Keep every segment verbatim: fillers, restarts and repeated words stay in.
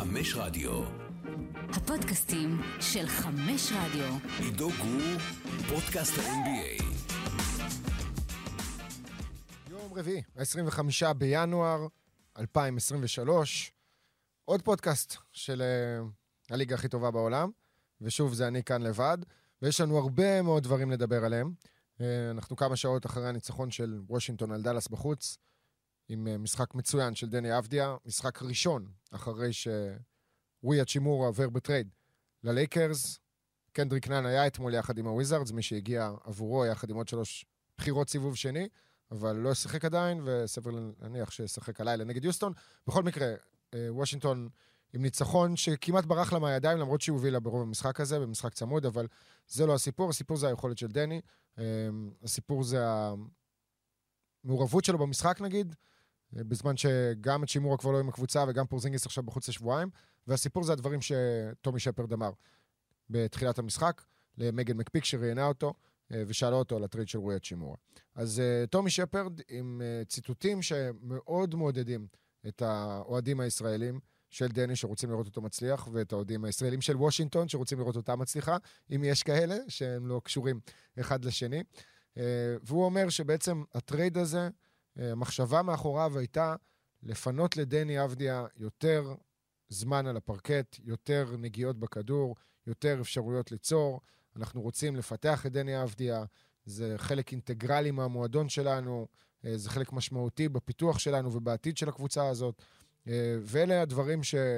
חמש רדיו. הפודקאסטים של חמש רדיו. עידו גור, פודקאסט ה-אן בי איי. יום רביעי, ה-עשרים וחמישה בינואר אלפיים עשרים ושלוש. עוד פודקאסט של uh, הליגה הכי טובה בעולם, ושוב זה אני כאן לבד, ויש לנו הרבה מאוד דברים לדבר עליהם. Uh, אנחנו כמה שעות אחרי הניצחון של וושינגטון על דלס בחוץ, עם uh, משחק מצוין של דני אבדיה, משחק ראשון אחרי שרוי אצ'ימורה עובר בטרייד ללייקרס. קנדריק נאן היה אתמול יחד עם הוויזארדס, מי שהגיע עבורו יחד עם עוד שלוש בחירות סיבוב שני, אבל לא ישחק עדיין, וסבר להניח שישחק הלילה נגד יוסטון. בכל מקרה, וושינגטון עם ניצחון שכמעט ברח לה מהידיים, למרות שהיא הובילה ברוב המשחק הזה, במשחק צמוד, אבל זה לא הסיפור, הסיפור זה היכולת של דני, הסיפור זה המעורבות שלו במשחק נגיד, בזמן שגם את שימורה כבר לא עם הקבוצה, וגם פורזינגיס עכשיו בחוץ לשבועיים, והסיפור זה הדברים שטומי שפרד אמר בתחילת המשחק, למגן מקפיק שראיינה אותו, ושאלה אותו על הטרייד של רוי אצ'ימורה. אז טומי שפרד עם ציטוטים שמאוד מעודדים את האוהדים הישראלים של דני שרוצים לראות אותו מצליח, ואת האוהדים הישראלים של וושינגטון שרוצים לראות אותה מצליחה, אם יש כאלה שהם לא קשורים אחד לשני. והוא אומר שבעצם הטרייד הזה, המחשבה מאחוריו הייתה לפנות לדני אבדיה יותר זמן על הפרקט, יותר נגיעות בכדור, יותר אפשרויות ליצור. אנחנו רוצים לפתח את דני אבדיה, זה חלק אינטגרלי מהמועדון שלנו, זה חלק משמעותי בפיתוח שלנו ובעתיד של הקבוצה הזאת, ואלה הדברים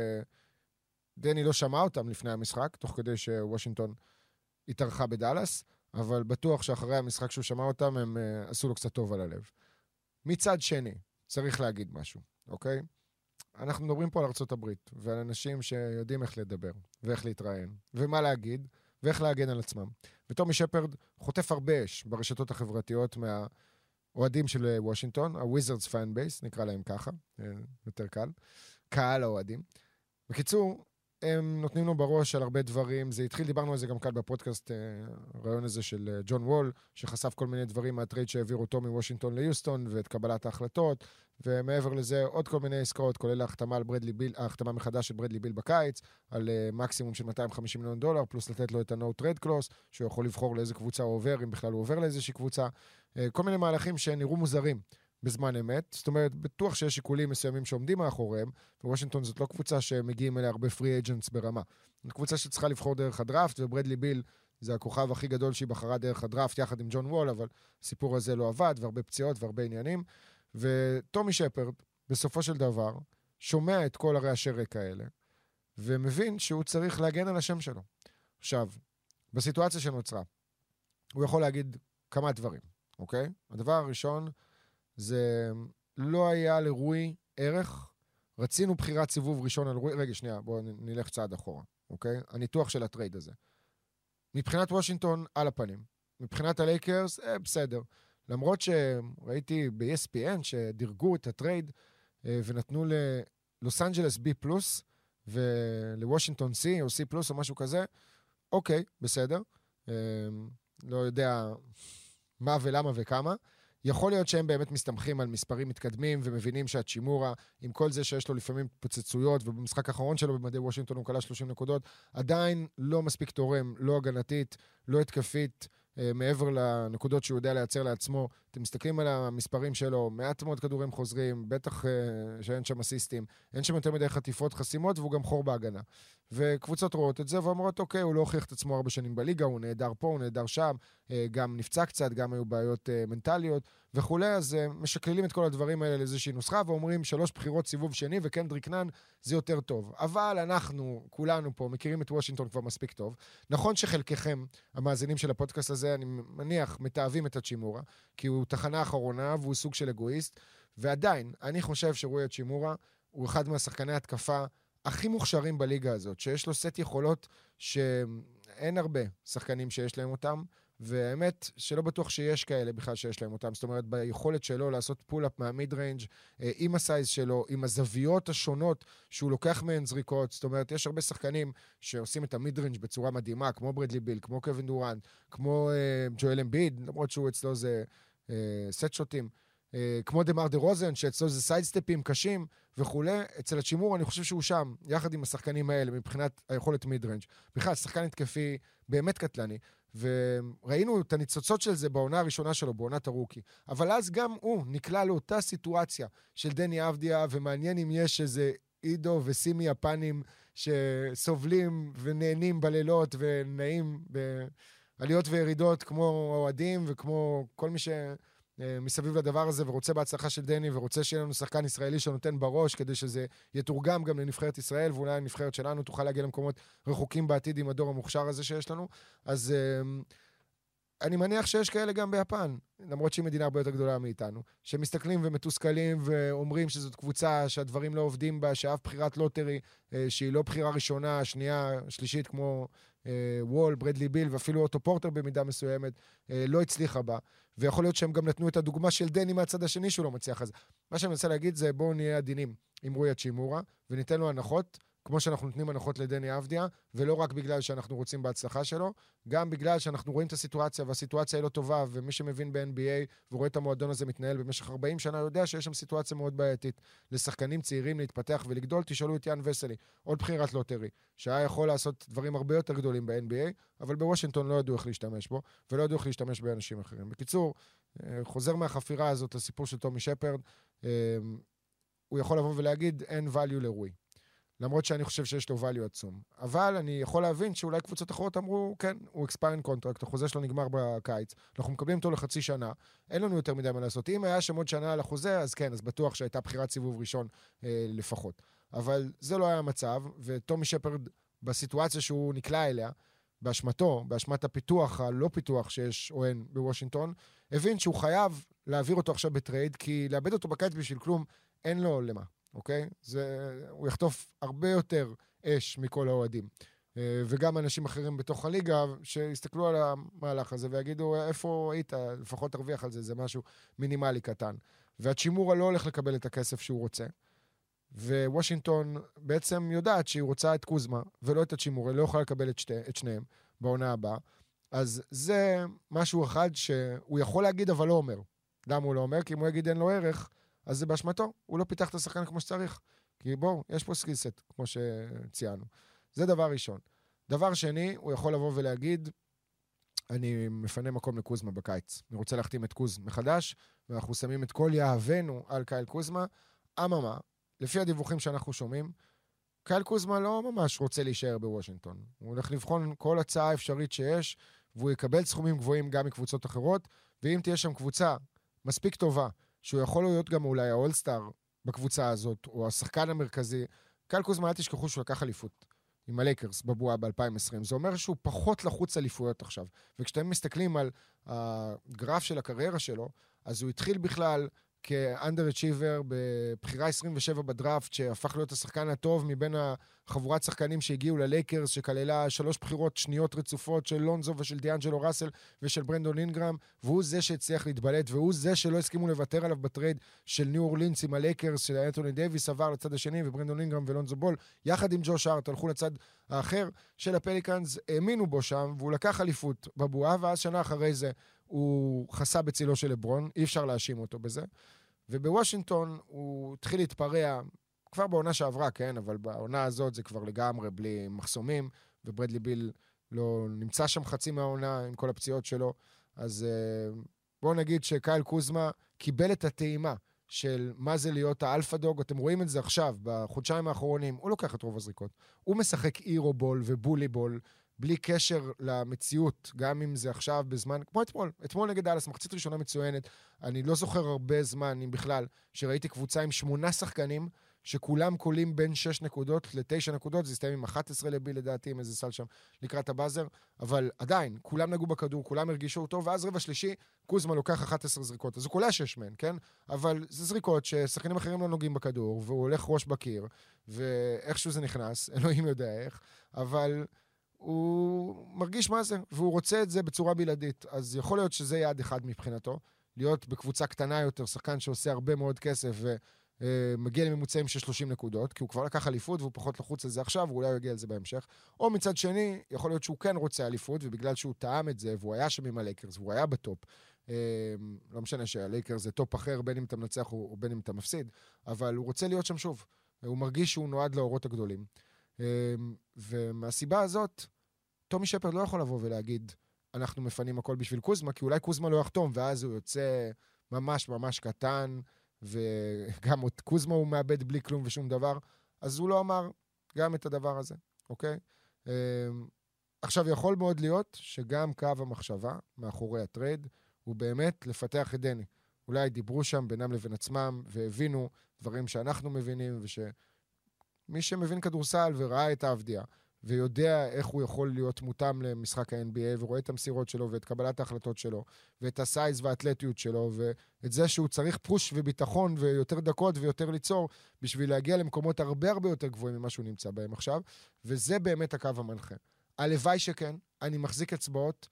שדני לא שמע אותם לפני המשחק, תוך כדי שוושינגטון התארחה בדלס, אבל בטוח שאחרי המשחק שהוא שמע אותם, הם עשו לו קצת טוב על הלב. מצד שני, צריך להגיד משהו, אוקיי? אנחנו מדברים פה על ארצות הברית, ועל אנשים שיודעים איך לדבר, ואיך להתראיין, ומה להגיד, ואיך להגן על עצמם. וטומי שפרד חוטף הרבה אש ברשתות החברתיות מהאוהדים של וושינגטון, הוויזרדס פן בייס, נקרא להם ככה, יותר קל, קהל האוהדים. בקיצור, הם נותנים לו בראש על הרבה דברים, זה התחיל, דיברנו על זה גם כאן בפודקאסט, הרעיון הזה של ג'ון וול, שחשף כל מיני דברים מהטרייד שהעביר אותו מוושינגטון ליוסטון, ואת קבלת ההחלטות, ומעבר לזה עוד כל מיני עסקאות, כולל ההחתמה, על ברדלי ביל, ההחתמה מחדש של ברדלי ביל בקיץ, על מקסימום של מאתיים וחמישים מיליון דולר, פלוס לתת לו את ה-no trade clause, שהוא יכול לבחור לאיזה קבוצה הוא עובר, אם בכלל הוא עובר לאיזושהי קבוצה, כל מיני מהלכים שנראו מוזרים. בזמן אמת, זאת אומרת, בטוח שיש שיקולים מסוימים שעומדים מאחוריהם, ווושינגטון זאת לא קבוצה שמגיעים אליה הרבה פרי אג'נטס ברמה. זו קבוצה שצריכה לבחור דרך הדראפט, וברדלי ביל זה הכוכב הכי גדול שהיא בחרה דרך הדראפט, יחד עם ג'ון וול, אבל הסיפור הזה לא עבד, והרבה פציעות והרבה עניינים, וטומי שפרד, בסופו של דבר, שומע את כל הרעשי רקע האלה, ומבין שהוא צריך להגן על השם שלו. עכשיו, בסיטואציה שנוצרה, הוא יכול להגיד כמה דברים, אוקיי? הדבר הראשון, זה לא היה לרוי ערך, רצינו בחירת סיבוב ראשון על רוי, רגע שנייה, בואו נלך צעד אחורה, אוקיי? הניתוח של הטרייד הזה. מבחינת וושינגטון, על הפנים. מבחינת הלייקרס, אה, בסדר. למרות שראיתי ב-E S P N שדירגו את הטרייד, אה, ונתנו ללוס אנג'לס B פלוס, ולוושינגטון C או C פלוס או משהו כזה, אוקיי, בסדר. אה, לא יודע מה ולמה וכמה. יכול להיות שהם באמת מסתמכים על מספרים מתקדמים, ומבינים שהצ'ימורה, עם כל זה שיש לו לפעמים פוצצויות, ובמשחק האחרון שלו במדי וושינגטון הוא קלה שלושים נקודות, עדיין לא מספיק תורם, לא הגנתית, לא התקפית, מעבר לנקודות שהוא יודע לייצר לעצמו. אתם מסתכלים על המספרים שלו, מעט מאוד כדורים חוזרים, בטח שאין שם אסיסטים, אין שם יותר מדי חטיפות חסימות, והוא גם חור בהגנה. וקבוצות רואות את זה, ואומרות, אוקיי, הוא לא הוכיח את עצמו הרבה שנים בליגה, הוא נהדר פה, הוא נהדר שם, גם נפצע קצת, גם היו בעיות מנטליות וכולי, אז משקלילים את כל הדברים האלה לאיזושהי נוסחה, ואומרים שלוש בחירות סיבוב שני, וקנדריק נאן זה יותר טוב. אבל אנחנו, כולנו פה, מכירים את וושינגטון כבר מספיק טוב. נכון שחלקכם, המאזינים של הפודקאסט הזה, אני מניח, מתאהבים את הצ'ימורה, כי הוא תחנה אחרונה, והוא סוג של אגואיסט, ועדיין, אני חושב שרוי הצ'ימורה, הוא אחד מהשחקני התקפה הכי מוכשרים בליגה הזאת, שיש לו סט יכולות שאין הרבה שחקנים שיש להם אותם, והאמת שלא בטוח שיש כאלה בכלל שיש להם אותם, זאת אומרת, ביכולת שלו לעשות פול-אפ מהמיד ריינג' עם הסייז שלו, עם הזוויות השונות שהוא לוקח מהן זריקות, זאת אומרת, יש הרבה שחקנים שעושים את המיד ריינג' בצורה מדהימה, כמו ברדלי ביל, כמו קווין דורנט, כמו ג'ואל אמביד, למרות שהוא אצלו זה סט שוטים, כמו דמר דה רוזן, שאצלו זה סיידסטפים קשים וכולי, אצל הצ'ימור אני חושב שהוא שם, יחד עם השחקנים האלה, מבחינת היכולת מיד-רנג'. בכלל, שחקן התקפי באמת קטלני, וראינו את הניצוצות של זה בעונה הראשונה שלו, בעונת הרוקי. אבל אז גם הוא נקלע לאותה סיטואציה של דני אבדיה, ומעניין אם יש איזה אידו וסימי יפנים שסובלים ונהנים בלילות ונעים בעליות וירידות כמו אוהדים וכמו כל מי שמסביב לדבר הזה ורוצה בהצלחה של דני ורוצה שיהיה לנו שחקן ישראלי שנותן בראש כדי שזה יתורגם גם לנבחרת ישראל ואולי הנבחרת שלנו תוכל להגיע למקומות רחוקים בעתיד עם הדור המוכשר הזה שיש לנו. אז אני מניח שיש כאלה גם ביפן, למרות שהיא מדינה הרבה יותר גדולה מאיתנו, שמסתכלים ומתוסכלים ואומרים שזאת קבוצה שהדברים לא עובדים בה, שאף בחירת לוטרי, שהיא לא בחירה ראשונה, שנייה, שלישית כמו וול, ברדלי ביל ואפילו אוטו פורטר במידה מסוימת, לא הצליחה בה. ויכול להיות שהם גם נתנו את הדוגמה של דני מהצד השני שהוא לא מצליח. אז מה שאני מנסה להגיד זה בואו נהיה עדינים עם רוי הצ'ימורה, וניתן לו הנחות, כמו שאנחנו נותנים הנחות לדני אבדיה, ולא רק בגלל שאנחנו רוצים בהצלחה שלו, גם בגלל שאנחנו רואים את הסיטואציה, והסיטואציה היא לא טובה, ומי שמבין ב-אן בי איי ורואה את המועדון הזה מתנהל במשך ארבעים שנה, יודע שיש שם סיטואציה מאוד בעייתית לשחקנים צעירים להתפתח ולגדול. תשאלו את יאן וסלי, עוד בחירת לוטרי, שהיה יכול לעשות דברים הרבה יותר גדולים ב-אן בי איי, אבל בוושינגטון לא ידעו איך להשתמש בו, ולא ידעו איך להשתמש באנשים אחרים. בקיצור, חוזר מהחפירה הזאת לסיפור של טומי שפרד, הוא יכול לבוא ולהגיד, אין value לרוי. למרות שאני חושב שיש לו value עצום. אבל אני יכול להבין שאולי קבוצות אחרות אמרו, כן, הוא expiring contract, החוזה שלו נגמר בקיץ, אנחנו מקבלים אותו לחצי שנה, אין לנו יותר מדי מה לעשות. אם היה שם עוד שנה על החוזה, אז כן, אז בטוח שהייתה בחירת סיבוב ראשון אה, לפחות. אבל זה לא היה המצב, וטומי שפרד, בסיטואציה שהוא נקלע אליה, באשמתו, באשמת הפיתוח, הלא פיתוח שיש או אין בוושינגטון, הבין שהוא חייב להעביר אותו עכשיו בטרייד, כי לאבד אותו בקיץ בשביל כלום, אין לו למה. אוקיי? זה, הוא יחטוף הרבה יותר אש מכל האוהדים. וגם אנשים אחרים בתוך הליגה שיסתכלו על המהלך הזה ויגידו, איפה היית? לפחות תרוויח על זה, זה משהו מינימלי קטן. והצ'ימורה לא הולך לקבל את הכסף שהוא רוצה. ווושינגטון בעצם יודעת שהיא רוצה את קוזמה, ולא את הצ'ימורה, לא יכולה לקבל את, שתי, את שניהם בעונה הבאה. אז זה משהו אחד שהוא יכול להגיד, אבל לא אומר. למה הוא לא אומר? כי אם הוא יגיד אין לו ערך, אז זה באשמתו, הוא לא פיתח את השחקן כמו שצריך. כי בואו, יש פה סקילסט, כמו שציינו. זה דבר ראשון. דבר שני, הוא יכול לבוא ולהגיד, אני מפנה מקום לקוזמה בקיץ. אני רוצה להחתים את קוז מחדש, ואנחנו שמים את כל יאהבנו על קייל קוזמה. אממה, לפי הדיווחים שאנחנו שומעים, קייל קוזמה לא ממש רוצה להישאר בוושינגטון. הוא הולך לבחון כל הצעה אפשרית שיש, והוא יקבל סכומים גבוהים גם מקבוצות אחרות, ואם תהיה שם קבוצה מספיק טובה, שהוא יכול להיות גם אולי האולסטאר בקבוצה הזאת, או השחקן המרכזי, קייל קוזמה, אל תשכחו שהוא לקח אליפות עם הלייקרס בבועה ב-אלפיים עשרים. זה אומר שהוא פחות לחוץ אליפויות עכשיו. וכשאתם מסתכלים על הגרף של הקריירה שלו, אז הוא התחיל בכלל כאנדר-אצ'יבר בבחירה עשרים ושבע בדראפט, שהפך להיות השחקן הטוב מבין החבורת שחקנים שהגיעו ללייקרס, שכללה שלוש בחירות שניות רצופות של לונזו ושל דיאנג'לו ראסל ושל ברנדון אינגרם, והוא זה שהצליח להתבלט, והוא זה שלא הסכימו לוותר עליו בטרייד של ניו אורלינס עם הלייקרס, של אנתוני דייביס עבר לצד השני, וברנדון אינגרם ולונזו בול, יחד עם ג'וש הארט, הלכו לצד האחר של הפליקאנס, האמינו בו שם, והוא לקח אליפות בבועה, ואז שנה אחרי זה הוא חסה בצילו של לברון, אי אפשר להאשים אותו בזה. ובוושינגטון הוא התחיל להתפרע, כבר בעונה שעברה, כן, אבל בעונה הזאת זה כבר לגמרי בלי מחסומים, וברדלי ביל לא נמצא שם חצי מהעונה עם כל הפציעות שלו. אז בואו נגיד שקייל קוזמה קיבל את הטעימה של מה זה להיות האלפא דוג. אתם רואים את זה עכשיו, בחודשיים האחרונים, הוא לוקח את רוב הזריקות. הוא משחק אירו בול ובולי בול, בלי קשר למציאות, גם אם זה עכשיו בזמן, כמו אתמול, אתמול נגד אלס, מחצית ראשונה מצוינת, אני לא זוכר הרבה זמן, אם בכלל, שראיתי קבוצה עם שמונה שחקנים, שכולם קולים בין שש נקודות לתשע נקודות, זה הסתיים עם אחת עשרה לבי לדעתי, עם איזה סל שם לקראת הבאזר, אבל עדיין, כולם נגעו בכדור, כולם הרגישו אותו, ואז רבע שלישי, קוזמה לוקח אחת עשרה זריקות, אז הוא קולה שש מן, כן? אבל זה זריקות ששחקנים אחרים לא נוגעים בכדור, והוא הולך ראש בקיר, ואיכשהו זה נכנס, אלוהים יודע איך, אבל הוא מרגיש מה זה, והוא רוצה את זה בצורה בלעדית, אז יכול להיות שזה יעד אחד מבחינתו, להיות בקבוצה קטנה יותר, שחקן שעושה הרבה מאוד כסף, ומגיע לממוצעים של שלושים נקודות, כי הוא כבר לקח אליפות, והוא פחות לחוץ על זה עכשיו, ואולי הוא יגיע על זה בהמשך. או מצד שני, יכול להיות שהוא כן רוצה אליפות, ובגלל שהוא טעם את זה, והוא היה שם עם הלייקרס, והוא היה בטופ, לא משנה שהלייקר זה טופ אחר, בין אם אתה מנצח או בין אם אתה מפסיד, אבל הוא רוצה להיות שם שוב. הוא מרגיש שהוא נועד לאורות הגדולים. ומהסיבה הזאת, טומי שפרד לא יכול לבוא ולהגיד, אנחנו מפנים הכל בשביל קוזמה, כי אולי קוזמה לא יחתום, ואז הוא יוצא ממש ממש קטן, וגם עוד קוזמה הוא מאבד בלי כלום ושום דבר, אז הוא לא אמר גם את הדבר הזה, אוקיי? עכשיו יכול מאוד להיות שגם קו המחשבה מאחורי הטרייד, הוא באמת לפתח את דני. אולי דיברו שם בינם לבין עצמם, והבינו דברים שאנחנו מבינים, ושמי שמבין כדורסל וראה את העבדיה, ויודע איך הוא יכול להיות מותאם למשחק ה-אן בי איי, ורואה את המסירות שלו, ואת קבלת ההחלטות שלו, ואת הסייז והאתלטיות שלו, ואת זה שהוא צריך פוש וביטחון, ויותר דקות ויותר ליצור, בשביל להגיע למקומות הרבה הרבה יותר גבוהים ממה שהוא נמצא בהם עכשיו, וזה באמת הקו המנחה. הלוואי שכן, אני מחזיק אצבעות,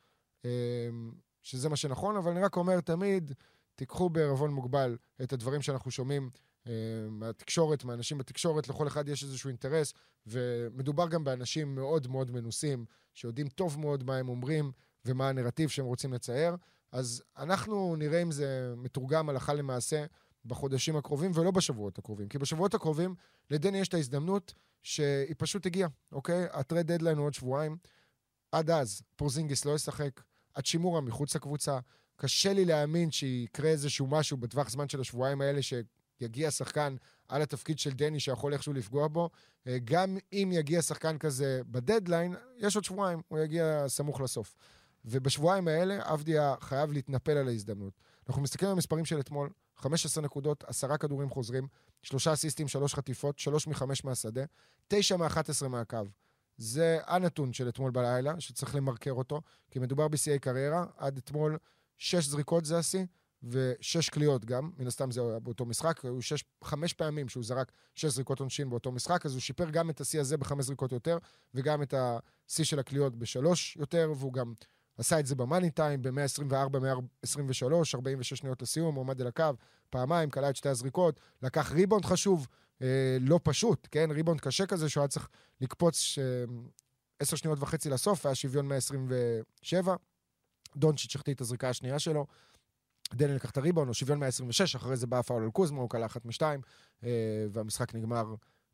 שזה מה שנכון, אבל אני רק אומר תמיד, תיקחו בערבון מוגבל את הדברים שאנחנו שומעים מהתקשורת, מהאנשים בתקשורת, לכל אחד יש איזשהו אינטרס, ומדובר גם באנשים מאוד מאוד מנוסים, שיודעים טוב מאוד מה הם אומרים, ומה הנרטיב שהם רוצים לצייר, אז אנחנו נראה אם זה מתורגם הלכה למעשה בחודשים הקרובים, ולא בשבועות הקרובים, כי בשבועות הקרובים, לדני יש את ההזדמנות שהיא פשוט הגיעה, אוקיי? הטרייד דדליין הוא עוד שבועיים, עד אז פורזינגיס לא ישחק, עד שימורה מחוץ לקבוצה, קשה לי להאמין שיקרה איזשהו משהו בטווח זמן של השבועיים האלה, שיגיע שחקן על התפקיד של דני שיכול איכשהו לפגוע בו, גם אם יגיע שחקן כזה בדדליין, יש עוד שבועיים, הוא יגיע סמוך לסוף. ובשבועיים האלה, עבדיה חייב להתנפל על ההזדמנות. אנחנו מסתכלים על המספרים של אתמול, חמש עשרה נקודות, עשרה כדורים חוזרים, שלושה אסיסטים, שלוש חטיפות, שלוש מחמש מהשדה, תשע מאחת עשרה מהקו. זה הנתון של אתמול בלילה, שצריך למרקר אותו, כי מדובר ב-סי איי קריירה, עד אתמול שש זריקות זה השיא, ושש קליות גם, מן הסתם זה באותו משחק, היו שש, חמש פעמים שהוא זרק שש זריקות עונשין באותו משחק, אז הוא שיפר גם את השיא הזה בחמש זריקות יותר, וגם את השיא של הקליות בשלוש יותר, והוא גם עשה את זה במאני טיים, ב-מאה עשרים וארבע מאה עשרים ושלוש, ארבעים ושש שניות לסיום, עומד אל הקו, פעמיים, קלה את שתי הזריקות, לקח ריבאונד חשוב, אה, לא פשוט, כן? ריבאונד קשה כזה, שהוא היה צריך לקפוץ אה, עשר שניות וחצי לסוף, היה שוויון מאה עשרים ושבע, דונצ'יץ' שחטיא את הזריקה השנייה שלו, דני לקח את הריבאונד, או שוויון מאה עשרים ושש, אחרי זה בא פאול על קוזמה, הוא קלה אחת משתיים, אה, והמשחק נגמר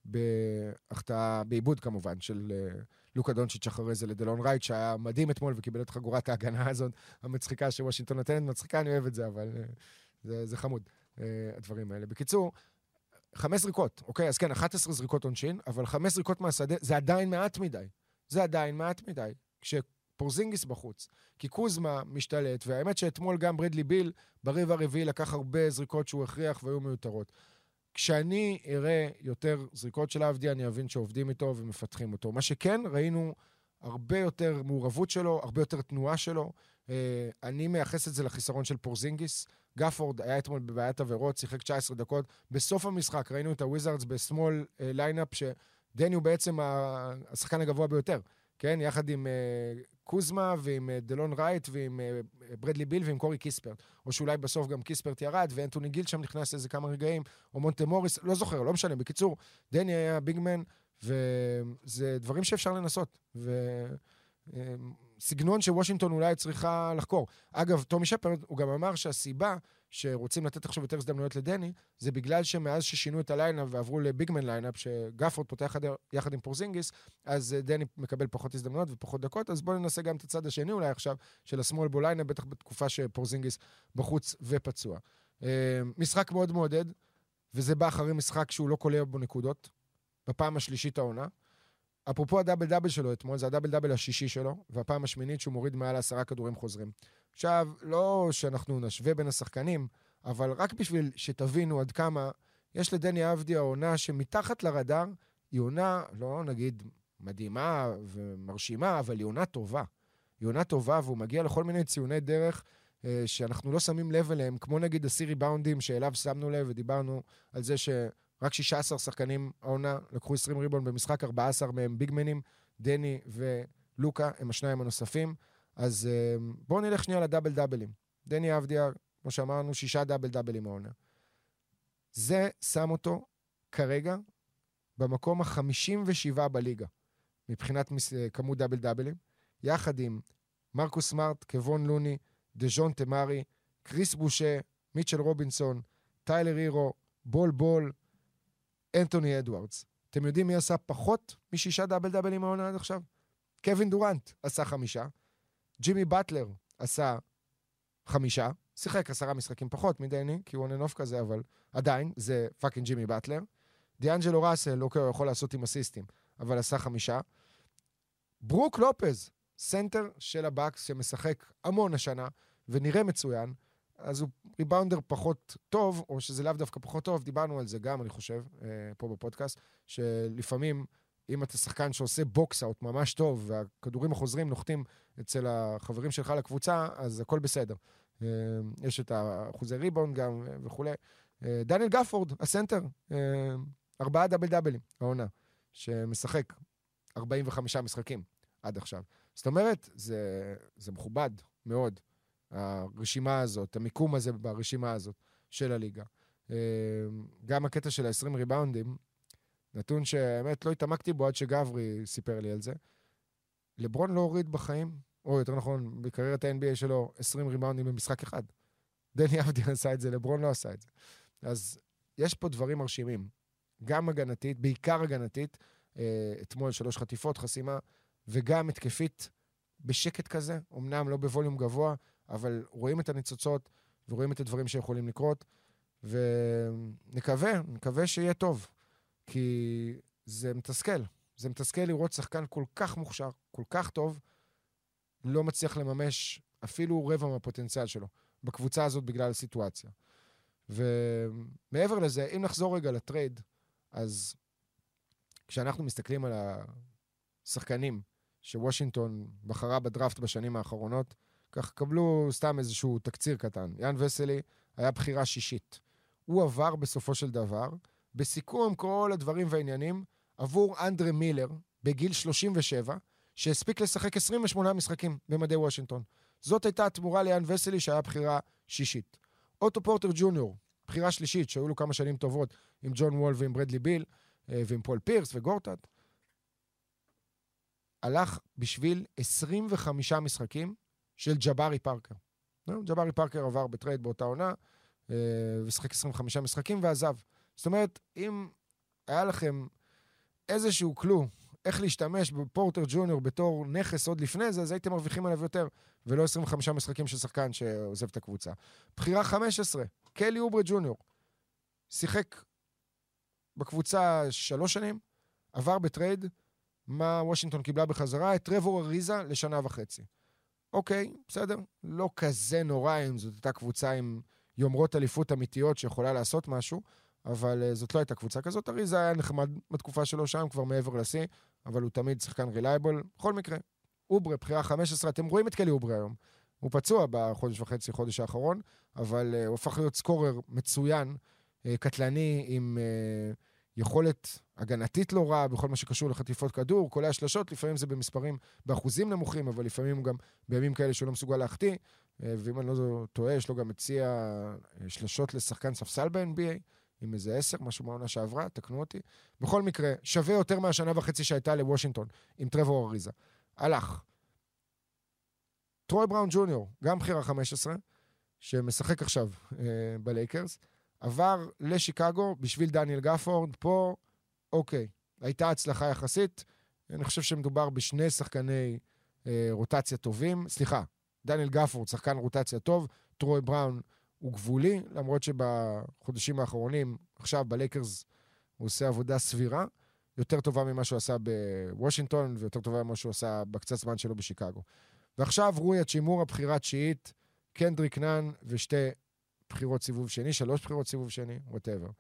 בהחטאה, בעיבוד כמובן, של אה, לוקה דונצ'יץ' אחרי זה לדלון רייט, שהיה מדהים אתמול וקיבל את חגורת ההגנה הזאת, המצחיקה שוושינגטון נותנת, מצחיקה, אני אוהב את זה, אבל אה, זה, זה חמוד, אה, הדברים האלה. בקיצור, חמש זריקות, אוקיי? אז כן, אחת עשרה זריקות עונשין, אבל חמש זריקות מהשדה, זה עדיין מעט מדי. זה עדיין מעט מדי. כשפורזינגיס בחוץ, כי קוזמה משתלט, והאמת שאתמול גם ברדלי ביל, ברבע הרביעי לקח הרבה זריקות שהוא הכריח והיו מיותרות. כשאני אראה יותר זריקות של עבדיה, אני אבין שעובדים איתו ומפתחים אותו. מה שכן, ראינו הרבה יותר מעורבות שלו, הרבה יותר תנועה שלו. אני מייחס את זה לחיסרון של פורזינגיס. גפורד היה אתמול בבעיית עבירות, שיחק תשע עשרה דקות. בסוף המשחק ראינו את הוויזארדס בסמול ליינאפ, שדני הוא בעצם השחקן הגבוה ביותר. כן, יחד עם uh, קוזמה ועם uh, דלון רייט ועם uh, ברדלי ביל ועם קורי קיספרט. או שאולי בסוף גם קיספרט ירד ואנטוני גיל שם נכנס איזה כמה רגעים, או מונטה מוריס, לא זוכר, לא משנה. בקיצור, דני היה ביגמן, וזה דברים שאפשר לנסות. וסגנון שוושינגטון אולי צריכה לחקור. אגב, טומי שפרד, הוא גם אמר שהסיבה שרוצים לתת עכשיו יותר הזדמנויות לדני, זה בגלל שמאז ששינו את הליינאפ ועברו לביגמן ליינאפ, שגפורד פותח יחד עם פורזינגיס, אז דני מקבל פחות הזדמנויות ופחות דקות, אז בואו ננסה גם את הצד השני אולי עכשיו, של השמאל בו ליינאפ, בטח בתקופה שפורזינגיס בחוץ ופצוע. משחק מאוד מעודד, וזה בא אחרי משחק שהוא לא קולע בו נקודות, בפעם השלישית העונה. אפרופו הדאבל דאבל שלו אתמול, זה הדאבל דאבל השישי שלו, והפעם השמינית שהוא מוריד מעל עשרה כדורים חוזרים. עכשיו, לא שאנחנו נשווה בין השחקנים, אבל רק בשביל שתבינו עד כמה יש לדני אבדיה עונה שמתחת לרדאר, היא עונה, לא נגיד מדהימה ומרשימה, אבל היא עונה טובה. היא עונה טובה, והוא מגיע לכל מיני ציוני דרך אה, שאנחנו לא שמים לב אליהם, כמו נגיד הסירי באונדים שאליו שמנו לב, ודיברנו על זה שרק שישה עשר שחקנים העונה לקחו עשרים ריבון במשחק, ארבעה עשר מהם ביגמנים, דני ולוקה הם השניים הנוספים. אז בואו נלך שנייה לדאבל דאבלים. דני אבדיה, כמו שאמרנו, שישה דאבל דאבלים העונה. זה שם אותו כרגע במקום ה-חמישים ושבע בליגה, מבחינת כמות דאבל דאבלים, יחד עם מרקוס סמארט, קוון לוני, דז'ון תמרי, קריס בושה, מיטשל רובינסון, טיילר הירו, בול בול, אנטוני אדוארדס. אתם יודעים מי עשה פחות משישה דאבל דאבלים העונה עד עכשיו? קווין דורנט עשה חמישה, ג'ימי באטלר עשה חמישה, שיחק עשרה משחקים פחות מדייני, כי הוא עוננוף כזה, אבל עדיין, זה פאקינג ג'ימי באטלר. דיאנג'לו ראסל, אוקיי, הוא יכול לעשות עם אסיסטים, אבל עשה חמישה. ברוק לופז, סנטר של הבאקס, שמשחק המון השנה, ונראה מצוין, אז הוא ריבאונדר פחות טוב, או שזה לאו דווקא פחות טוב, דיברנו על זה גם, אני חושב, פה בפודקאסט, שלפעמים, אם אתה שחקן שעושה בוקס-אוט ממש טוב, והכדורים החוזרים נוחתים אצל החברים שלך לקבוצה, אז הכל בסדר. יש את האחוזי ריבאונד גם וכו'. דניאל גפורד, הסנטר, ארבעה דאבל דאבלים, העונה, שמשחק ארבעים וחמישה משחקים עד עכשיו. זאת אומרת, זה, זה מכובד מאוד, הרשימה הזאת, המיקום הזה ברשימה הזאת של הליגה. גם הקטע של ה-עשרים ריבאונדים, נתון שהאמת לא התעמקתי בו עד שגברי סיפר לי על זה. לברון לא הוריד בחיים, או יותר נכון, בקריירת ה-אן בי איי שלו, עשרים ריבאונדים במשחק אחד. דני אבדיה עשה את זה, לברון לא עשה את זה. אז יש פה דברים מרשימים. גם הגנתית, בעיקר הגנתית, אתמול שלוש חטיפות, חסימה, וגם התקפית בשקט כזה, אמנם לא בווליום גבוה, אבל רואים את הניצוצות, ורואים את הדברים שיכולים לקרות, ונקווה, נקווה שיהיה טוב. כי זה מתסכל. זה מתסכל לראות שחקן כל כך מוכשר, כל כך טוב, לא מצליח לממש אפילו רבע מהפוטנציאל שלו, בקבוצה הזאת בגלל הסיטואציה. ומעבר לזה, אם נחזור רגע לטרייד, אז כשאנחנו מסתכלים על השחקנים שוושינגטון בחרה בדראפט בשנים האחרונות, כך קבלו סתם איזשהו תקציר קטן. יאן וסלי היה בחירה שישית. הוא עבר בסופו של דבר, בסיכום כל הדברים והעניינים, עבור אנדרה מילר, בגיל שלושים ושבע, שהספיק לשחק עשרים ושמונה משחקים במדי וושינגטון. זאת הייתה התמורה ליאן וסלי שהיה בחירה שישית. אוטו פורטר ג'וניור, בחירה שלישית, שהיו לו כמה שנים טובות עם ג'ון וול ועם ברדלי ביל, ועם פול פירס וגורטד, הלך בשביל עשרים וחמישה משחקים של ג'בארי פארקר. ג'בארי פארקר עבר בטרייד באותה עונה, ושחק עשרים וחמישה משחקים ועזב. זאת אומרת, אם היה לכם איזשהו כלו איך להשתמש בפורטר ג'וניור בתור נכס עוד לפני זה, אז הייתם מרוויחים עליו יותר, ולא עשרים וחמישה משחקים של שחקן שעוזב את הקבוצה. בחירה חמש עשרה, קלי אוברה ג'וניור, שיחק בקבוצה שלוש שנים, עבר בטרייד, מה וושינגטון קיבלה בחזרה? את טרוור אריזה לשנה וחצי. אוקיי, בסדר, לא כזה נורא אם זאת הייתה קבוצה עם יומרות אליפות אמיתיות שיכולה לעשות משהו, אבל זאת לא הייתה קבוצה כזאת. אריזה היה נחמד בתקופה שלו שם, כבר מעבר לשיא, אבל הוא תמיד שחקן רילייבל. בכל מקרה, אוברה, בחירה חמש עשרה, אתם רואים את קלי אוברה היום. הוא פצוע בחודש וחצי, חודש האחרון, אבל הוא הפך להיות סקורר מצוין, קטלני, עם יכולת הגנתית לא רעה, בכל מה שקשור לחטיפות כדור, כל השלשות, לפעמים זה במספרים, באחוזים נמוכים, אבל לפעמים הוא גם בימים כאלה שהוא לא מסוגל להחטיא, ואם אני לא טועה, יש לו גם מציע שלשות לשחקן ספסל ב-אן בי איי, עם איזה עשר, משהו מהעונה שעברה, תקנו אותי. בכל מקרה, שווה יותר מהשנה וחצי שהייתה לוושינגטון, עם טרוור אריזה. הלך. טרוי בראון ג'וניור, גם בחירה חמש עשרה, שמשחק עכשיו אה, בלייקרס, עבר לשיקגו בשביל דניאל גפורד. פה, אוקיי, הייתה הצלחה יחסית. אני חושב שמדובר בשני שחקני אה, רוטציה טובים. סליחה, דניאל גפורד, שחקן רוטציה טוב, טרוי בראון הוא גבולי, למרות שבחודשים האחרונים, עכשיו בלייקרס הוא עושה עבודה סבירה, יותר טובה ממה שהוא עשה בוושינגטון, ויותר טובה ממה שהוא עשה בקצת זמן שלו בשיקגו. ועכשיו רוי הצ'ימור, הבחירה תשיעית, קנדריק נאן ושתי בחירות סיבוב שני, שלוש בחירות סיבוב שני, whatever.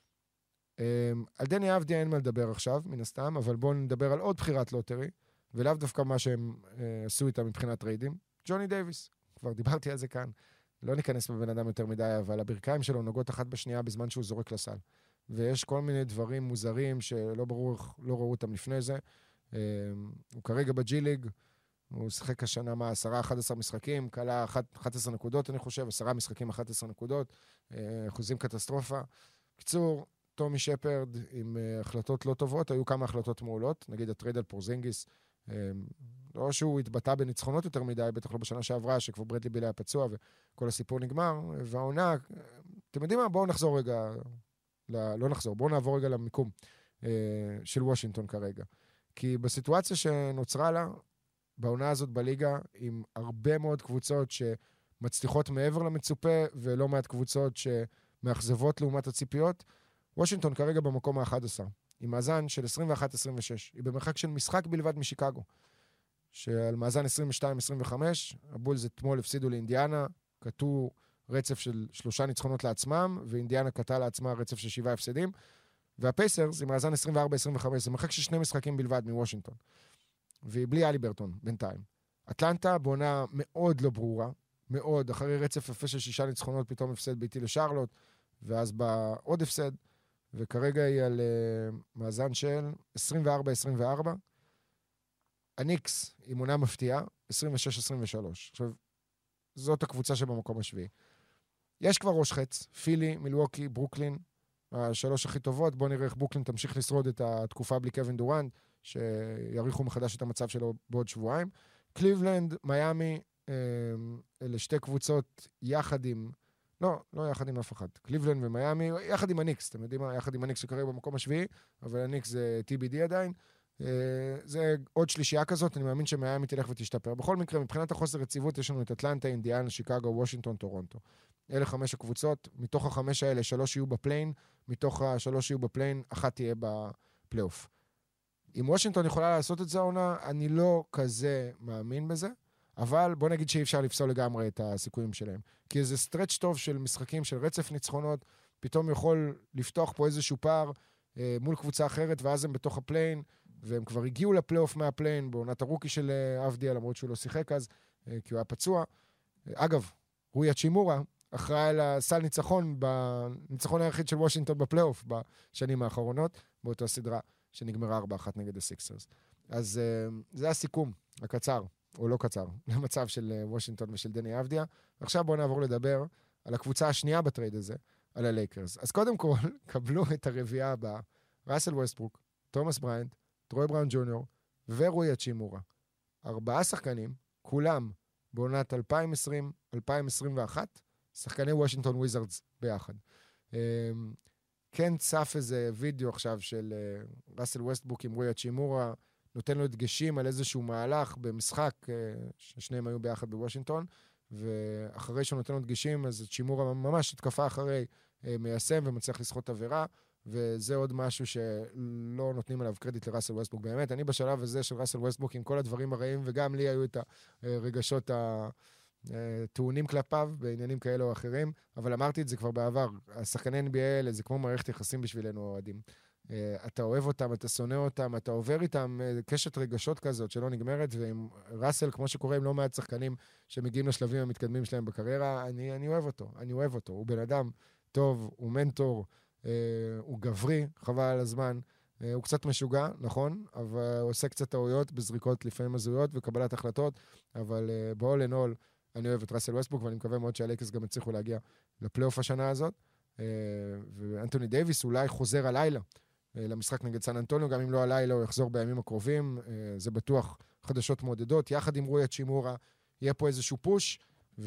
על דני אבדיה אין מה לדבר עכשיו, מן הסתם, אבל בואו נדבר על עוד בחירת לוטרי, ולאו דווקא מה שהם עשו איתה מבחינת טריידים. ג'וני דייביס, כבר דיברתי על זה כאן. לא ניכנס בבן אדם יותר מדי, אבל הברכיים שלו נוגעות אחת בשנייה בזמן שהוא זורק לסל. ויש כל מיני דברים מוזרים שלא ברור, לא ראו אותם לפני זה. הוא כרגע בג'י ליג, הוא שחק השנה מה, עשרה, אחד עשר משחקים, קלה אחת עשרה נקודות, אני חושב, עשרה משחקים, אחת עשרה נקודות, אחוזים קטסטרופה. קצור, טומי שפרד עם החלטות לא טובות, היו כמה החלטות מעולות, נגיד הטרייד על פורזינגיס, לא שהוא התבטא בניצחונות יותר מדי, בטח לא בשנה שעברה, שכבר ברדלי ביל היה פצוע וכל הסיפור נגמר, והעונה, אתם יודעים מה? בואו נחזור רגע, לא נחזור, בואו נעבור רגע למיקום של וושינגטון כרגע. כי בסיטואציה שנוצרה לה, בעונה הזאת בליגה, עם הרבה מאוד קבוצות שמצליחות מעבר למצופה, ולא מעט קבוצות שמאכזבות לעומת הציפיות, וושינגטון כרגע במקום ה-אחד עשר, עם מאזן של עשרים ואחת עשרים ושש. היא במרחק של משחק בלבד משיקגו, שעל מאזן עשרים ושתיים עשרים וחמש, הבולס אתמול הפסידו לאינדיאנה, קטעו רצף של שלושה ניצחונות לעצמם, ואינדיאנה קטעה לעצמה רצף של שבעה הפסדים, והפייסרס עם מאזן עשרים וארבע עשרים וחמש, זה מרחק של שני משחקים בלבד מוושינגטון. והיא בלי אליברטון בינתיים. אטלנטה בעונה מאוד לא ברורה, מאוד, אחרי רצף יפה של שישה ניצחונות, פתאום הפסד ביתי לשרלוט, ואז בא עוד הפסד, וכרגע היא על uh, מאזן של עשרים וארבע עשרים וארבע. הניקס היא מונה מפתיעה, עשרים ושש עשרים ושלוש. עכשיו, זאת הקבוצה שבמקום השביעי. יש כבר ראש חץ, פילי, מילווקי, ברוקלין, השלוש הכי טובות. בואו נראה איך ברוקלין תמשיך לשרוד את התקופה בלי קווין דורנט, שיריחו מחדש את המצב שלו בעוד שבועיים. קליבלנד, מיימי, אלה שתי קבוצות יחד עם, לא, לא יחד עם אף אחד. קליבלנד ומיימי, יחד עם הניקס, אתם יודעים מה? יחד עם הניקס שכרגע במקום השביעי, אבל הניקס זה טי בי די עדיין. זה עוד שלישייה כזאת, אני מאמין שמיימי תלך ותשתפר. בכל מקרה, מבחינת החוסר רציבות, יש לנו את אטלנטה, אינדיאנה, שיקגו, וושינגטון, טורונטו. אלה חמש הקבוצות, מתוך החמש האלה, שלוש יהיו בפליין, מתוך השלוש יהיו בפליין, אחת תהיה בפלייאוף. אם וושינגטון יכולה לעשות את זה העונה, אני לא כזה מאמין בזה, אבל בוא נגיד שאי אפשר לפסול לגמרי את הסיכויים שלהם. כי איזה סטרץ' טוב של משחקים, של רצף ניצחונות, פתאום יכול לפתוח פה איזשהו פער אה, מול קבוצה אחרת, ואז הם בתוך הפליין, והם כבר הגיעו לפלייאוף מהפליין, בעונת הרוקי של אבדיה, למרות שהוא לא שיחק אז, אה, כי הוא היה פצוע. אה, אגב, רוי אצ'ימורה, אחראי לסל ניצחון, בניצחון היחיד של וושינגטון בפלייאוף, בשנים האחרונות, באותה סדרה שנגמרה ארבע אחת נגד הסיקסרס. אז uh, זה הסיכום, הקצר, או לא קצר, למצב של uh, וושינגטון ושל דני אבדיה. עכשיו בואו נעבור לדבר על הקבוצה השנייה בטרייד הזה, על הלייקרס. אז קודם כל, קבלו את הרביעייה הבאה, ראסל ווסטברוק, תומאס בריינט, טרוי בראון ג'וניור ורוי אצ'ימורה. ארבעה שחקנים, כולם בעונת אלפיים עשרים אלפיים עשרים ואחת, שחקני וושינגטון וויזרדס ביחד. Um, כן צף איזה וידאו עכשיו של uh, ראסל ווסטברוק עם רוי אצ'ימורה, נותן לו דגשים על איזשהו מהלך במשחק, uh, ששניהם היו ביחד בוושינגטון, ואחרי שהוא נותן לו דגשים, אז אצ'ימורה ממש התקפה אחרי uh, מיישם ומצליח לסחוט עבירה, וזה עוד משהו שלא נותנים עליו קרדיט לראסל ווסטברוק. באמת, אני בשלב הזה של ראסל ווסטברוק עם כל הדברים הרעים, וגם לי היו את הרגשות ה... טעונים כלפיו בעניינים כאלה או אחרים, אבל אמרתי את זה כבר בעבר, השחקני אן בי איי האלה זה כמו מערכת יחסים בשבילנו אוהדים. אתה אוהב אותם, אתה שונא אותם, אתה עובר איתם קשת רגשות כזאת שלא נגמרת, ועם ראסל, כמו שקורה עם לא מעט שחקנים שמגיעים לשלבים המתקדמים שלהם בקריירה, אני, אני אוהב אותו, אני אוהב אותו. הוא בן אדם טוב, הוא מנטור, הוא גברי, חבל על הזמן, הוא קצת משוגע, נכון, אבל הוא עושה קצת טעויות בזריקות לפעמים הזויות וקבלת החלטות, אבל בואו לנול, אני אוהב את ראסל ווסטברוק, ואני מקווה מאוד שהלייקרס גם יצליחו להגיע לפלייאוף השנה הזאת. ואנטוני דייביס אולי חוזר הלילה למשחק נגד סן אנטוניו, גם אם לא הלילה הוא יחזור בימים הקרובים, זה בטוח חדשות מעודדות, יחד עם רוי אצ'ימורה, יהיה פה איזשהו פוש,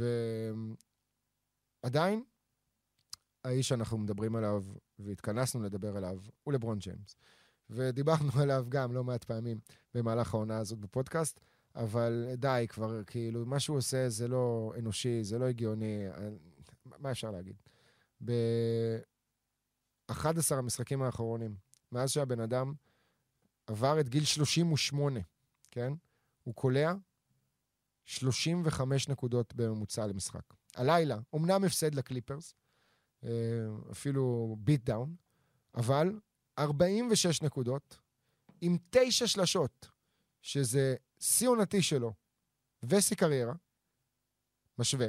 ועדיין, האיש שאנחנו מדברים עליו, והתכנסנו לדבר עליו, הוא לברון ג'יימס. ודיברנו עליו גם לא מעט פעמים במהלך העונה הזאת בפודקאסט, אבל די, כבר כאילו, מה שהוא עושה זה לא אנושי, זה לא הגיוני, מה אפשר להגיד? ב-אחד עשר המשחקים האחרונים, מאז שהבן אדם עבר את גיל שלושים ושמונה, כן? הוא קולע שלושים וחמש נקודות בממוצע למשחק. הלילה, אומנם הפסד לקליפרס, אפילו ביט דאון, אבל ארבעים ושש נקודות, עם תשע שלשות, שזה שיא עונתי שלו, ושיא קריירה, משווה,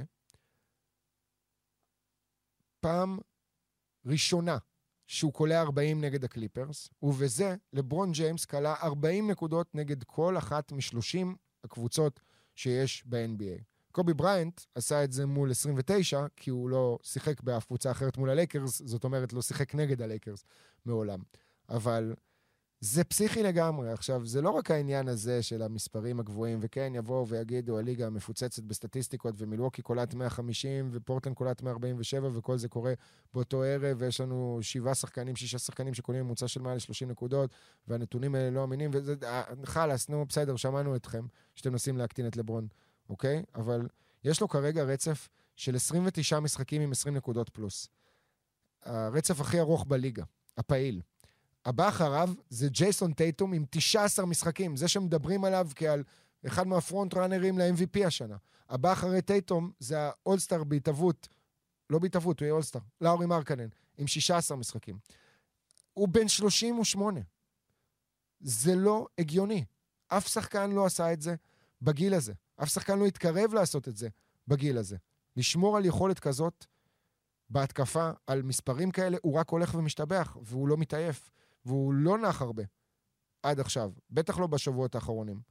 פעם ראשונה שהוא קולע ארבעים נגד הקליפרס, ובזה לברון ג'יימס קלע ארבעים נקודות נגד כל אחת משלושים הקבוצות שיש ב-אן בי איי. קובי בריינט עשה את זה מול עשרים ותשע, כי הוא לא שיחק באף קבוצה אחרת מול הלייקרס, זאת אומרת לא שיחק נגד הלייקרס מעולם. אבל זה פסיכי לגמרי. עכשיו, זה לא רק העניין הזה של המספרים הגבוהים, וכן, יבואו ויגידו, הליגה המפוצצת בסטטיסטיקות, ומילווקי קולט מאה וחמישים, ופורטלנד קולט מאה ארבעים ושבע, וכל זה קורה באותו ערב, ויש לנו שבעה שחקנים, שישה שחקנים שקולים ממוצע של מעל שלושים נקודות, והנתונים האלה לא אמינים, וזה, חלאס, נו, בסדר, שמענו אתכם, שאתם נוסעים להקטין את לברון, אוקיי? אבל יש לו כרגע רצף של עשרים ותשעה משחקים עם עשרים נקודות פלוס. הרצף הכי ארוך בליגה, הפעיל. הבא אחריו זה ג'ייסון טייטום עם תשעה עשר משחקים, זה שמדברים עליו כעל אחד מהפרונט ראנרים ל-אם וי פי השנה. הבא אחרי טייטום זה האולסטאר בהתאבות, לא בהתאבות, הוא יהיה אולסטאר, לאורי מרקנן, עם שישה עשר משחקים. הוא בן שלושים ושמונה. זה לא הגיוני. אף שחקן לא עשה את זה בגיל הזה. אף שחקן לא התקרב לעשות את זה בגיל הזה. לשמור על יכולת כזאת בהתקפה, על מספרים כאלה, הוא רק הולך ומשתבח, והוא לא מתעייף. והוא לא נח הרבה עד עכשיו, בטח לא בשבועות האחרונים.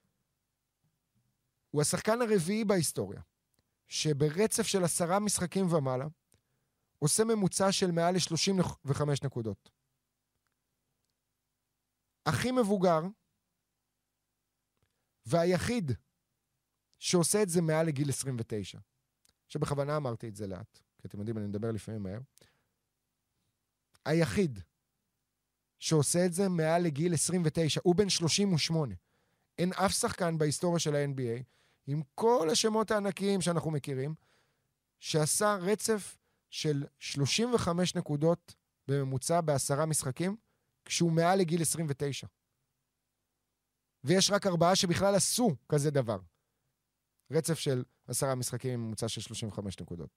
הוא השחקן הרביעי בהיסטוריה, שברצף של עשרה משחקים ומעלה, עושה ממוצע של מעל ל-שלושים וחמש נקודות. הכי מבוגר, והיחיד שעושה את זה מעל לגיל עשרים ותשע. שבכוונה אמרתי את זה לאט, כי אתם יודעים, אני מדבר לפעמים מהר. היחיד שעושה את זה מעל לגיל עשרים ותשע, הוא בן שלושים ושמונה. אין אף שחקן בהיסטוריה של ה-אן בי איי, עם כל השמות הענקיים שאנחנו מכירים, שעשה רצף של שלושים וחמש נקודות בממוצע בעשרה משחקים, כשהוא מעל לגיל עשרים ותשע. ויש רק ארבעה שבכלל עשו כזה דבר. רצף של עשרה משחקים עם ממוצע של שלושים וחמש נקודות.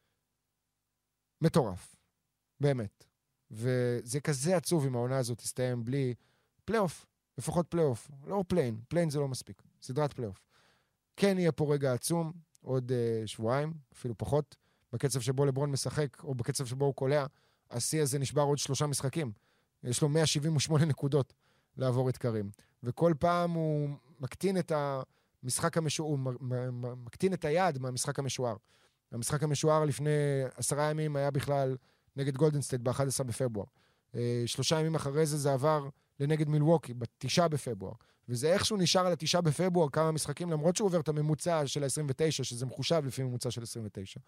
מטורף. באמת. וזה כזה עצוב אם העונה הזאת תסתיים בלי פלייאוף, לפחות פלייאוף, לא פליין, פליין זה לא מספיק, סדרת פלייאוף. כן יהיה פה רגע עצום, עוד uh, שבועיים, אפילו פחות, בקצב שבו לברון משחק, או בקצב שבו הוא קולע, השיא הזה נשבר עוד שלושה משחקים. יש לו מאה שבעים ושמונה נקודות לעבור את קרים. וכל פעם הוא מקטין את המשחק המשוער, הוא מקטין את היד מהמשחק המשוער. המשחק המשוער לפני עשרה ימים היה בכלל נגד גולדנסטייט ב-אחד עשר בפברואר. שלושה ימים אחרי זה זה עבר לנגד מילווקי, בתשעה בפברואר. וזה איכשהו נשאר על התשעה בפברואר כמה משחקים, למרות שהוא עובר את הממוצע של ה-עשרים ותשע, שזה מחושב לפי ממוצע של עשרים ותשע.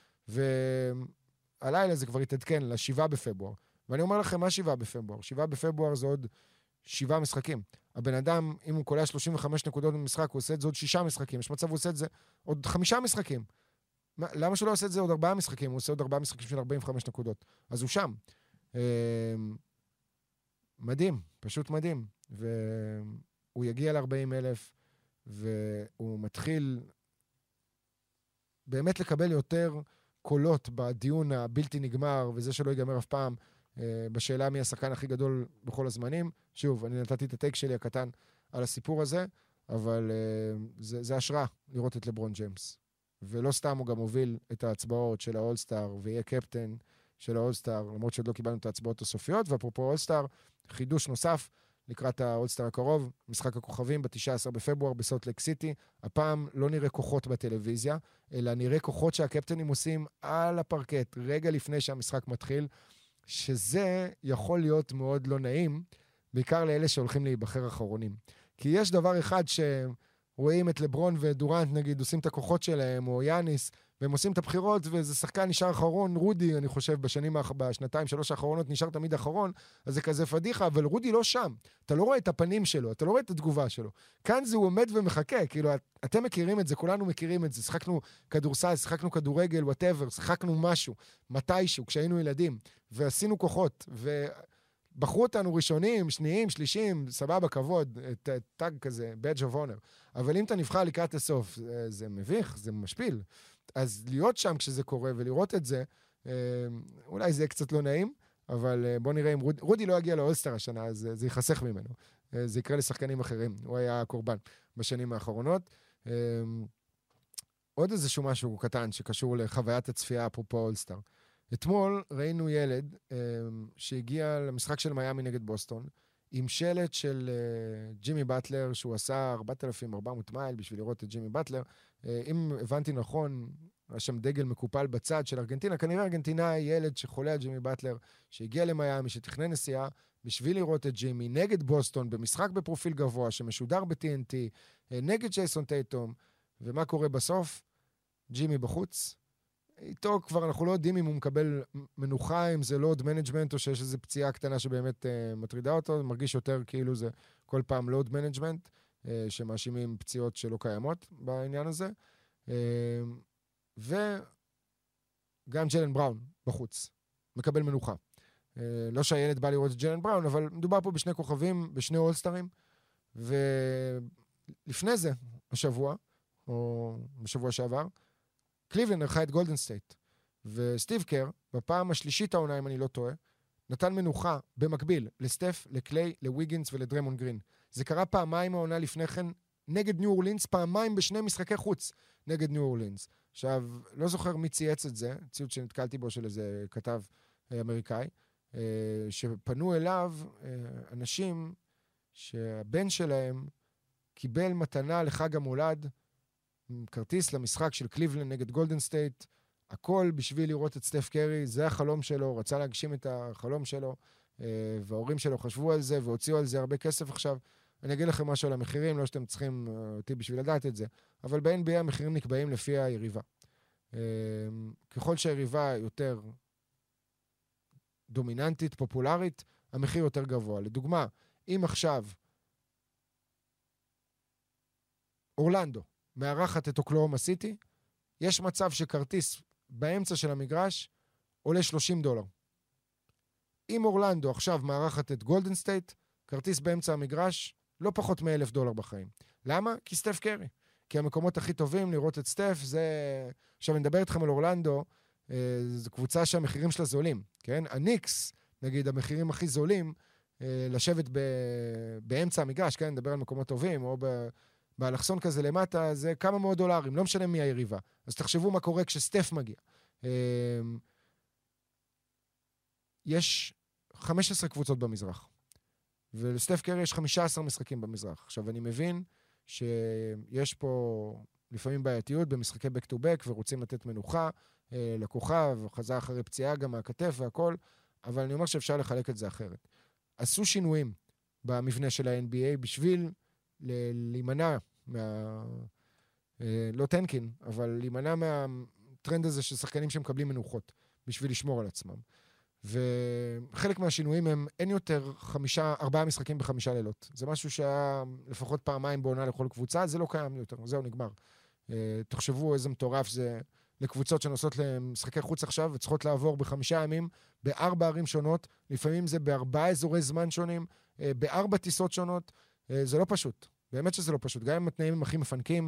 והלילה זה כבר התעדכן ל-שבעה בפברואר. ואני אומר לכם, מה שבעה בפברואר? שבעה בפברואר זה עוד שבעה משחקים. הבן אדם, אם הוא קולע שלושים וחמש נקודות במשחק, הוא עושה את זה עוד שישה משחקים. יש מצב הוא עושה את זה עוד חמישה משחקים. למה שהוא לא עושה את זה עוד ארבעה משחקים? הוא עושה עוד ארבעה משחקים של ארבעים וחמש נקודות. אז הוא שם. מדהים, פשוט מדהים. והוא יגיע ל-ארבעים אלף, והוא מתחיל באמת לקבל יותר קולות בדיון הבלתי נגמר, וזה שלא ייגמר אף פעם, בשאלה מי השחקן הכי גדול בכל הזמנים. שוב, אני נתתי את הטייק שלי הקטן על הסיפור הזה, אבל זה, זה השראה לראות את לברון ג'יימס. ולא סתם הוא גם הוביל את ההצבעות של האולסטאר, ויהיה קפטן של האולסטאר, למרות שעוד לא קיבלנו את ההצבעות הסופיות, ואפרופו אולסטאר, חידוש נוסף לקראת האולסטאר הקרוב, משחק הכוכבים ב-תשעה עשר בפברואר בסולט לייק סיטי. הפעם לא נראה כוחות בטלוויזיה, אלא נראה כוחות שהקפטנים עושים על הפרקט, רגע לפני שהמשחק מתחיל, שזה יכול להיות מאוד לא נעים, בעיקר לאלה שהולכים להיבחר אחרונים. כי יש דבר אחד שרואים את לברון ודורנט, נגיד, עושים את הכוחות שלהם, או יאניס, והם עושים את הבחירות, וזה שחקן נשאר אחרון, רודי, אני חושב, בשנים, בשנתיים, שלוש האחרונות, נשאר תמיד אחרון, אז זה כזה פדיחה, אבל רודי לא שם. אתה לא רואה את הפנים שלו, אתה לא רואה את התגובה שלו. כאן זה הוא עומד ומחכה, כאילו, אתם מכירים את זה, כולנו מכירים את זה, שחקנו כדורסל, שחקנו כדורגל, whatever, שחקנו משהו, מתישהו, כשהיינו ילדים, ועשינו כוחות, ובחרו אותנו ראשונים, שניים, שלישים, סבבה, כבוד, טאג כזה, badge of honor. אבל אם אתה נבחר לקראת הסוף, זה, זה מביך, זה משפיל. אז להיות שם כשזה קורה ולראות את זה, אולי זה קצת לא נעים, אבל בוא נראה אם רודי, רודי לא יגיע לאולסטר השנה, אז זה ייחסך ממנו. זה יקרה לשחקנים אחרים, הוא היה הקורבן בשנים האחרונות. עוד איזשהו משהו קטן שקשור לחוויית הצפייה אפרופו אולסטר. אתמול ראינו ילד שהגיע למשחק של מיאמי נגד בוסטון, עם שלט של uh, ג'ימי באטלר, שהוא עשה ארבעת אלפים וארבע מאות מייל בשביל לראות את ג'ימי באטלר. Uh, אם הבנתי נכון, היה שם דגל מקופל בצד של ארגנטינה, כנראה ארגנטינה היא ילד שחולה על ג'ימי באטלר, שהגיע למיימי, שתכנן נסיעה, בשביל לראות את ג'ימי, נגד בוסטון, במשחק בפרופיל גבוה, שמשודר ב-טי אן טי, נגד ג'ייסון טייטום, ומה קורה בסוף? ג'ימי בחוץ. איתו כבר אנחנו לא יודעים אם הוא מקבל מנוחה, אם זה לוד מנג'מנט, או שיש איזו פציעה קטנה שבאמת uh, מטרידה אותו, מרגיש יותר כאילו זה כל פעם לוד מנג'מנט, uh, שמאשימים פציעות שלא קיימות בעניין הזה. Uh, וגם ג'לן בראון בחוץ, מקבל מנוחה. Uh, לא שהילד בא לראות את ג'לן בראון, אבל מדובר פה בשני כוכבים, בשני אולסטרים, ולפני זה, השבוע, או בשבוע שעבר, קליבלנד ערכה את גולדן סטייט, וסטיב קר, בפעם השלישית העונה, אם אני לא טועה, נתן מנוחה במקביל לסטף, לקליי, לוויגינס ולדרמון גרין. זה קרה פעמיים העונה לפני כן, נגד ניו אורלינס, פעמיים בשני משחקי חוץ נגד ניו אורלינס. עכשיו, לא זוכר מי צייץ את זה, ציוץ שנתקלתי בו של איזה כתב אמריקאי, שפנו אליו אנשים שהבן שלהם קיבל מתנה לחג המולד, כרטיס למשחק של קליבלנד נגד גולדן סטייט, הכל בשביל לראות את סטף קרי, זה החלום שלו, רצה להגשים את החלום שלו, וההורים שלו חשבו על זה, והוציאו על זה הרבה כסף עכשיו. אני אגיד לכם משהו על המחירים, לא שאתם צריכים אותי בשביל לדעת את זה, אבל ב-אן בי איי המחירים נקבעים לפי היריבה. ככל שהיריבה יותר דומיננטית, פופולרית, המחיר יותר גבוה. לדוגמה, אם עכשיו אורלנדו מארחת את אוקלאומה סיטי, יש מצב שכרטיס באמצע של המגרש עולה שלושים דולר. אם אורלנדו עכשיו מארחת את גולדן סטייט, כרטיס באמצע המגרש לא פחות מאלף דולר בחיים. למה? כי סטף קרי. כי המקומות הכי טובים לראות את סטף זה... עכשיו אני מדבר איתכם על אורלנדו, זו קבוצה שהמחירים שלה זולים, כן? הניקס, נגיד, המחירים הכי זולים, לשבת ב... באמצע המגרש, כן? נדבר על מקומות טובים, או ב... באלכסון כזה למטה, זה כמה מאות דולרים, לא משנה מי היריבה. אז תחשבו מה קורה כשסטף מגיע. יש חמש עשרה קבוצות במזרח, ולסטף קרי יש חמישה עשר משחקים במזרח. עכשיו, אני מבין שיש פה לפעמים בעייתיות במשחקי back to back, ורוצים לתת מנוחה לכוכב, חזר אחרי פציעה גם מהכתף והכל, אבל אני אומר שאפשר לחלק את זה אחרת. עשו שינויים במבנה של ה-אן בי איי בשביל להימנע מה... לא טנקין, אבל להימנע מהטרנד הזה של שחקנים שמקבלים מנוחות בשביל לשמור על עצמם. וחלק מהשינויים הם אין יותר חמישה, ארבעה משחקים בחמישה לילות. זה משהו שהיה לפחות פעמיים בעונה לכל קבוצה, זה לא קיים יותר, זהו נגמר. תחשבו איזה מטורף זה לקבוצות שנוסעות למשחקי חוץ עכשיו וצריכות לעבור בחמישה ימים, בארבע ערים שונות, לפעמים זה בארבעה אזורי זמן שונים, בארבע טיסות שונות, זה לא פשוט. באמת שזה לא פשוט. גם אם התנאים הם הכי מפנקים,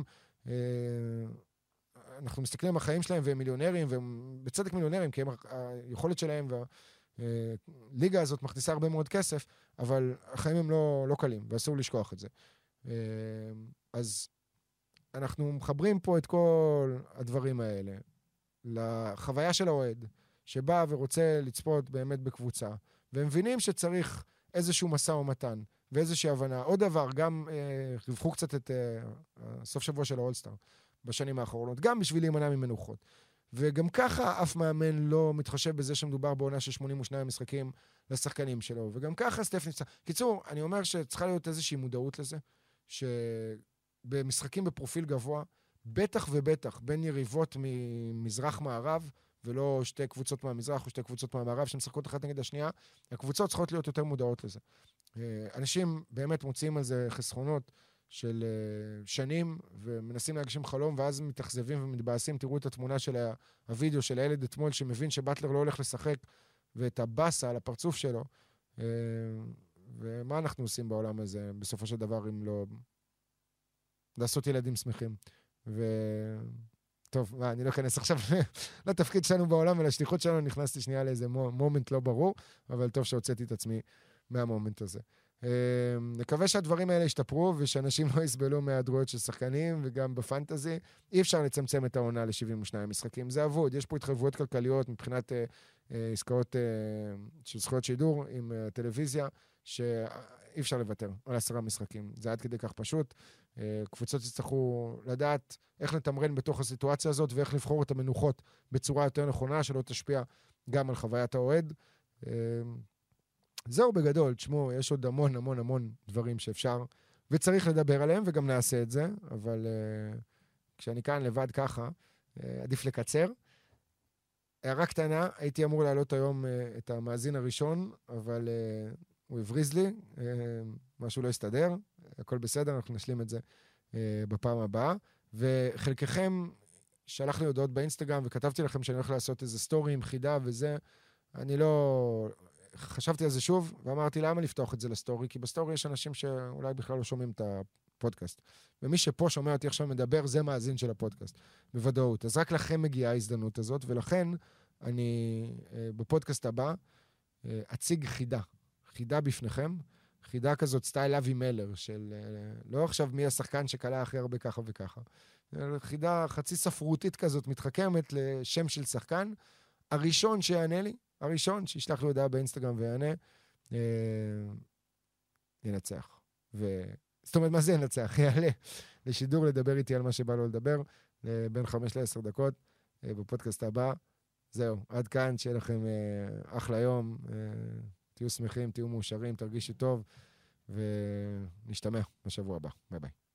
אנחנו מסתכלים על החיים שלהם והם מיליונרים, והם בצדק מיליונרים, כי הם, היכולת שלהם והליגה הזאת מכניסה הרבה מאוד כסף, אבל החיים הם לא, לא קלים, ואסור לשכוח את זה. אז אנחנו מחברים פה את כל הדברים האלה לחוויה של האוהד, שבא ורוצה לצפות באמת בקבוצה, והם מבינים שצריך איזשהו מסע ומתן, ואיזושהי הבנה. עוד דבר, גם אה, רווחו קצת את אה, סוף שבוע של האולסטאר בשנים האחרונות, גם בשביל להימנע ממנוחות. וגם ככה אף מאמן לא מתחשב בזה שמדובר בעונה של שמונים ושניים משחקים לשחקנים שלו, וגם ככה סטף נפצע. קיצור, אני אומר שצריכה להיות איזושהי מודעות לזה, שבמשחקים בפרופיל גבוה, בטח ובטח בין יריבות ממזרח-מערב, ולא שתי קבוצות מהמזרח או שתי קבוצות מהמערב שמשחקות אחת נגד השנייה, הקבוצות צריכות להיות יותר מודעות לזה. אנשים באמת מוצאים על זה חסכונות של שנים, ומנסים להגשים חלום, ואז מתאכזבים ומתבאסים. תראו את התמונה של הווידאו של הילד אתמול, שמבין שבטלר לא הולך לשחק, ואת הבאסה על הפרצוף שלו. ומה אנחנו עושים בעולם הזה, בסופו של דבר, אם לא לעשות ילדים שמחים. ו... טוב, מה, אני לא אכנס עכשיו לתפקיד שלנו בעולם, ולשליחות שלנו נכנסתי שנייה לאיזה מומנט לא ברור, אבל טוב שהוצאתי את עצמי מהמומנט הזה. נקווה שהדברים האלה ישתפרו, ושאנשים לא יסבלו מההיעדרויות של שחקנים, וגם בפנטזי. אי אפשר לצמצם את העונה ל-שבעים ושניים משחקים. זה עבוד, יש פה התחייבויות כלכליות מבחינת אה, אה, עסקאות אה, של זכויות שידור עם אה, טלוויזיה, שאי אפשר לוותר על עשרה משחקים. זה עד כדי כך פשוט. קבוצות יצטרכו לדעת איך לתמרן בתוך הסיטואציה הזאת, ואיך לבחור את המנוחות בצורה יותר נכונה, שלא תשפיע גם על חוויית האוהד. זהו בגדול, תשמעו, יש עוד המון המון המון דברים שאפשר, וצריך לדבר עליהם, וגם נעשה את זה, אבל כשאני כאן לבד ככה, עדיף לקצר. הערה קטנה, הייתי אמור להעלות היום את המאזין הראשון, אבל הוא הבריז לי, משהו לא הסתדר, הכל בסדר, אנחנו נשלים את זה בפעם הבאה. וחלקכם שלח לי הודעות באינסטגרם, וכתבתי לכם שאני הולך לעשות איזה סטורי עם חידה וזה, אני לא... חשבתי על זה שוב, ואמרתי למה לפתוח את זה לסטורי, כי בסטורי יש אנשים שאולי בכלל לא שומעים את הפודקאסט. ומי שפה שומע אותי עכשיו מדבר, זה מאזין של הפודקאסט, בוודאות. אז רק לכם מגיעה ההזדמנות הזאת, ולכן אני בפודקאסט הבא אציג חידה. חידה בפניכם, חידה כזאת סטייל אבי מלר, של לא עכשיו מי השחקן שקלה הכי הרבה ככה וככה. חידה חצי ספרותית כזאת, מתחכמת לשם של שחקן. הראשון שיענה לי, הראשון שישלח לי הודעה באינסטגרם ויענה, אה, ינצח. ו... זאת אומרת, מה זה ינצח? יעלה לשידור לדבר איתי על מה שבא לו לדבר, בין חמש לעשר דקות, אה, בפודקאסט הבא. זהו, עד כאן, שיהיה לכם אה, אחלה יום, אה, תהיו שמחים, תהיו מאושרים, תרגישו טוב, ונשתמע בשבוע הבא. ביי ביי.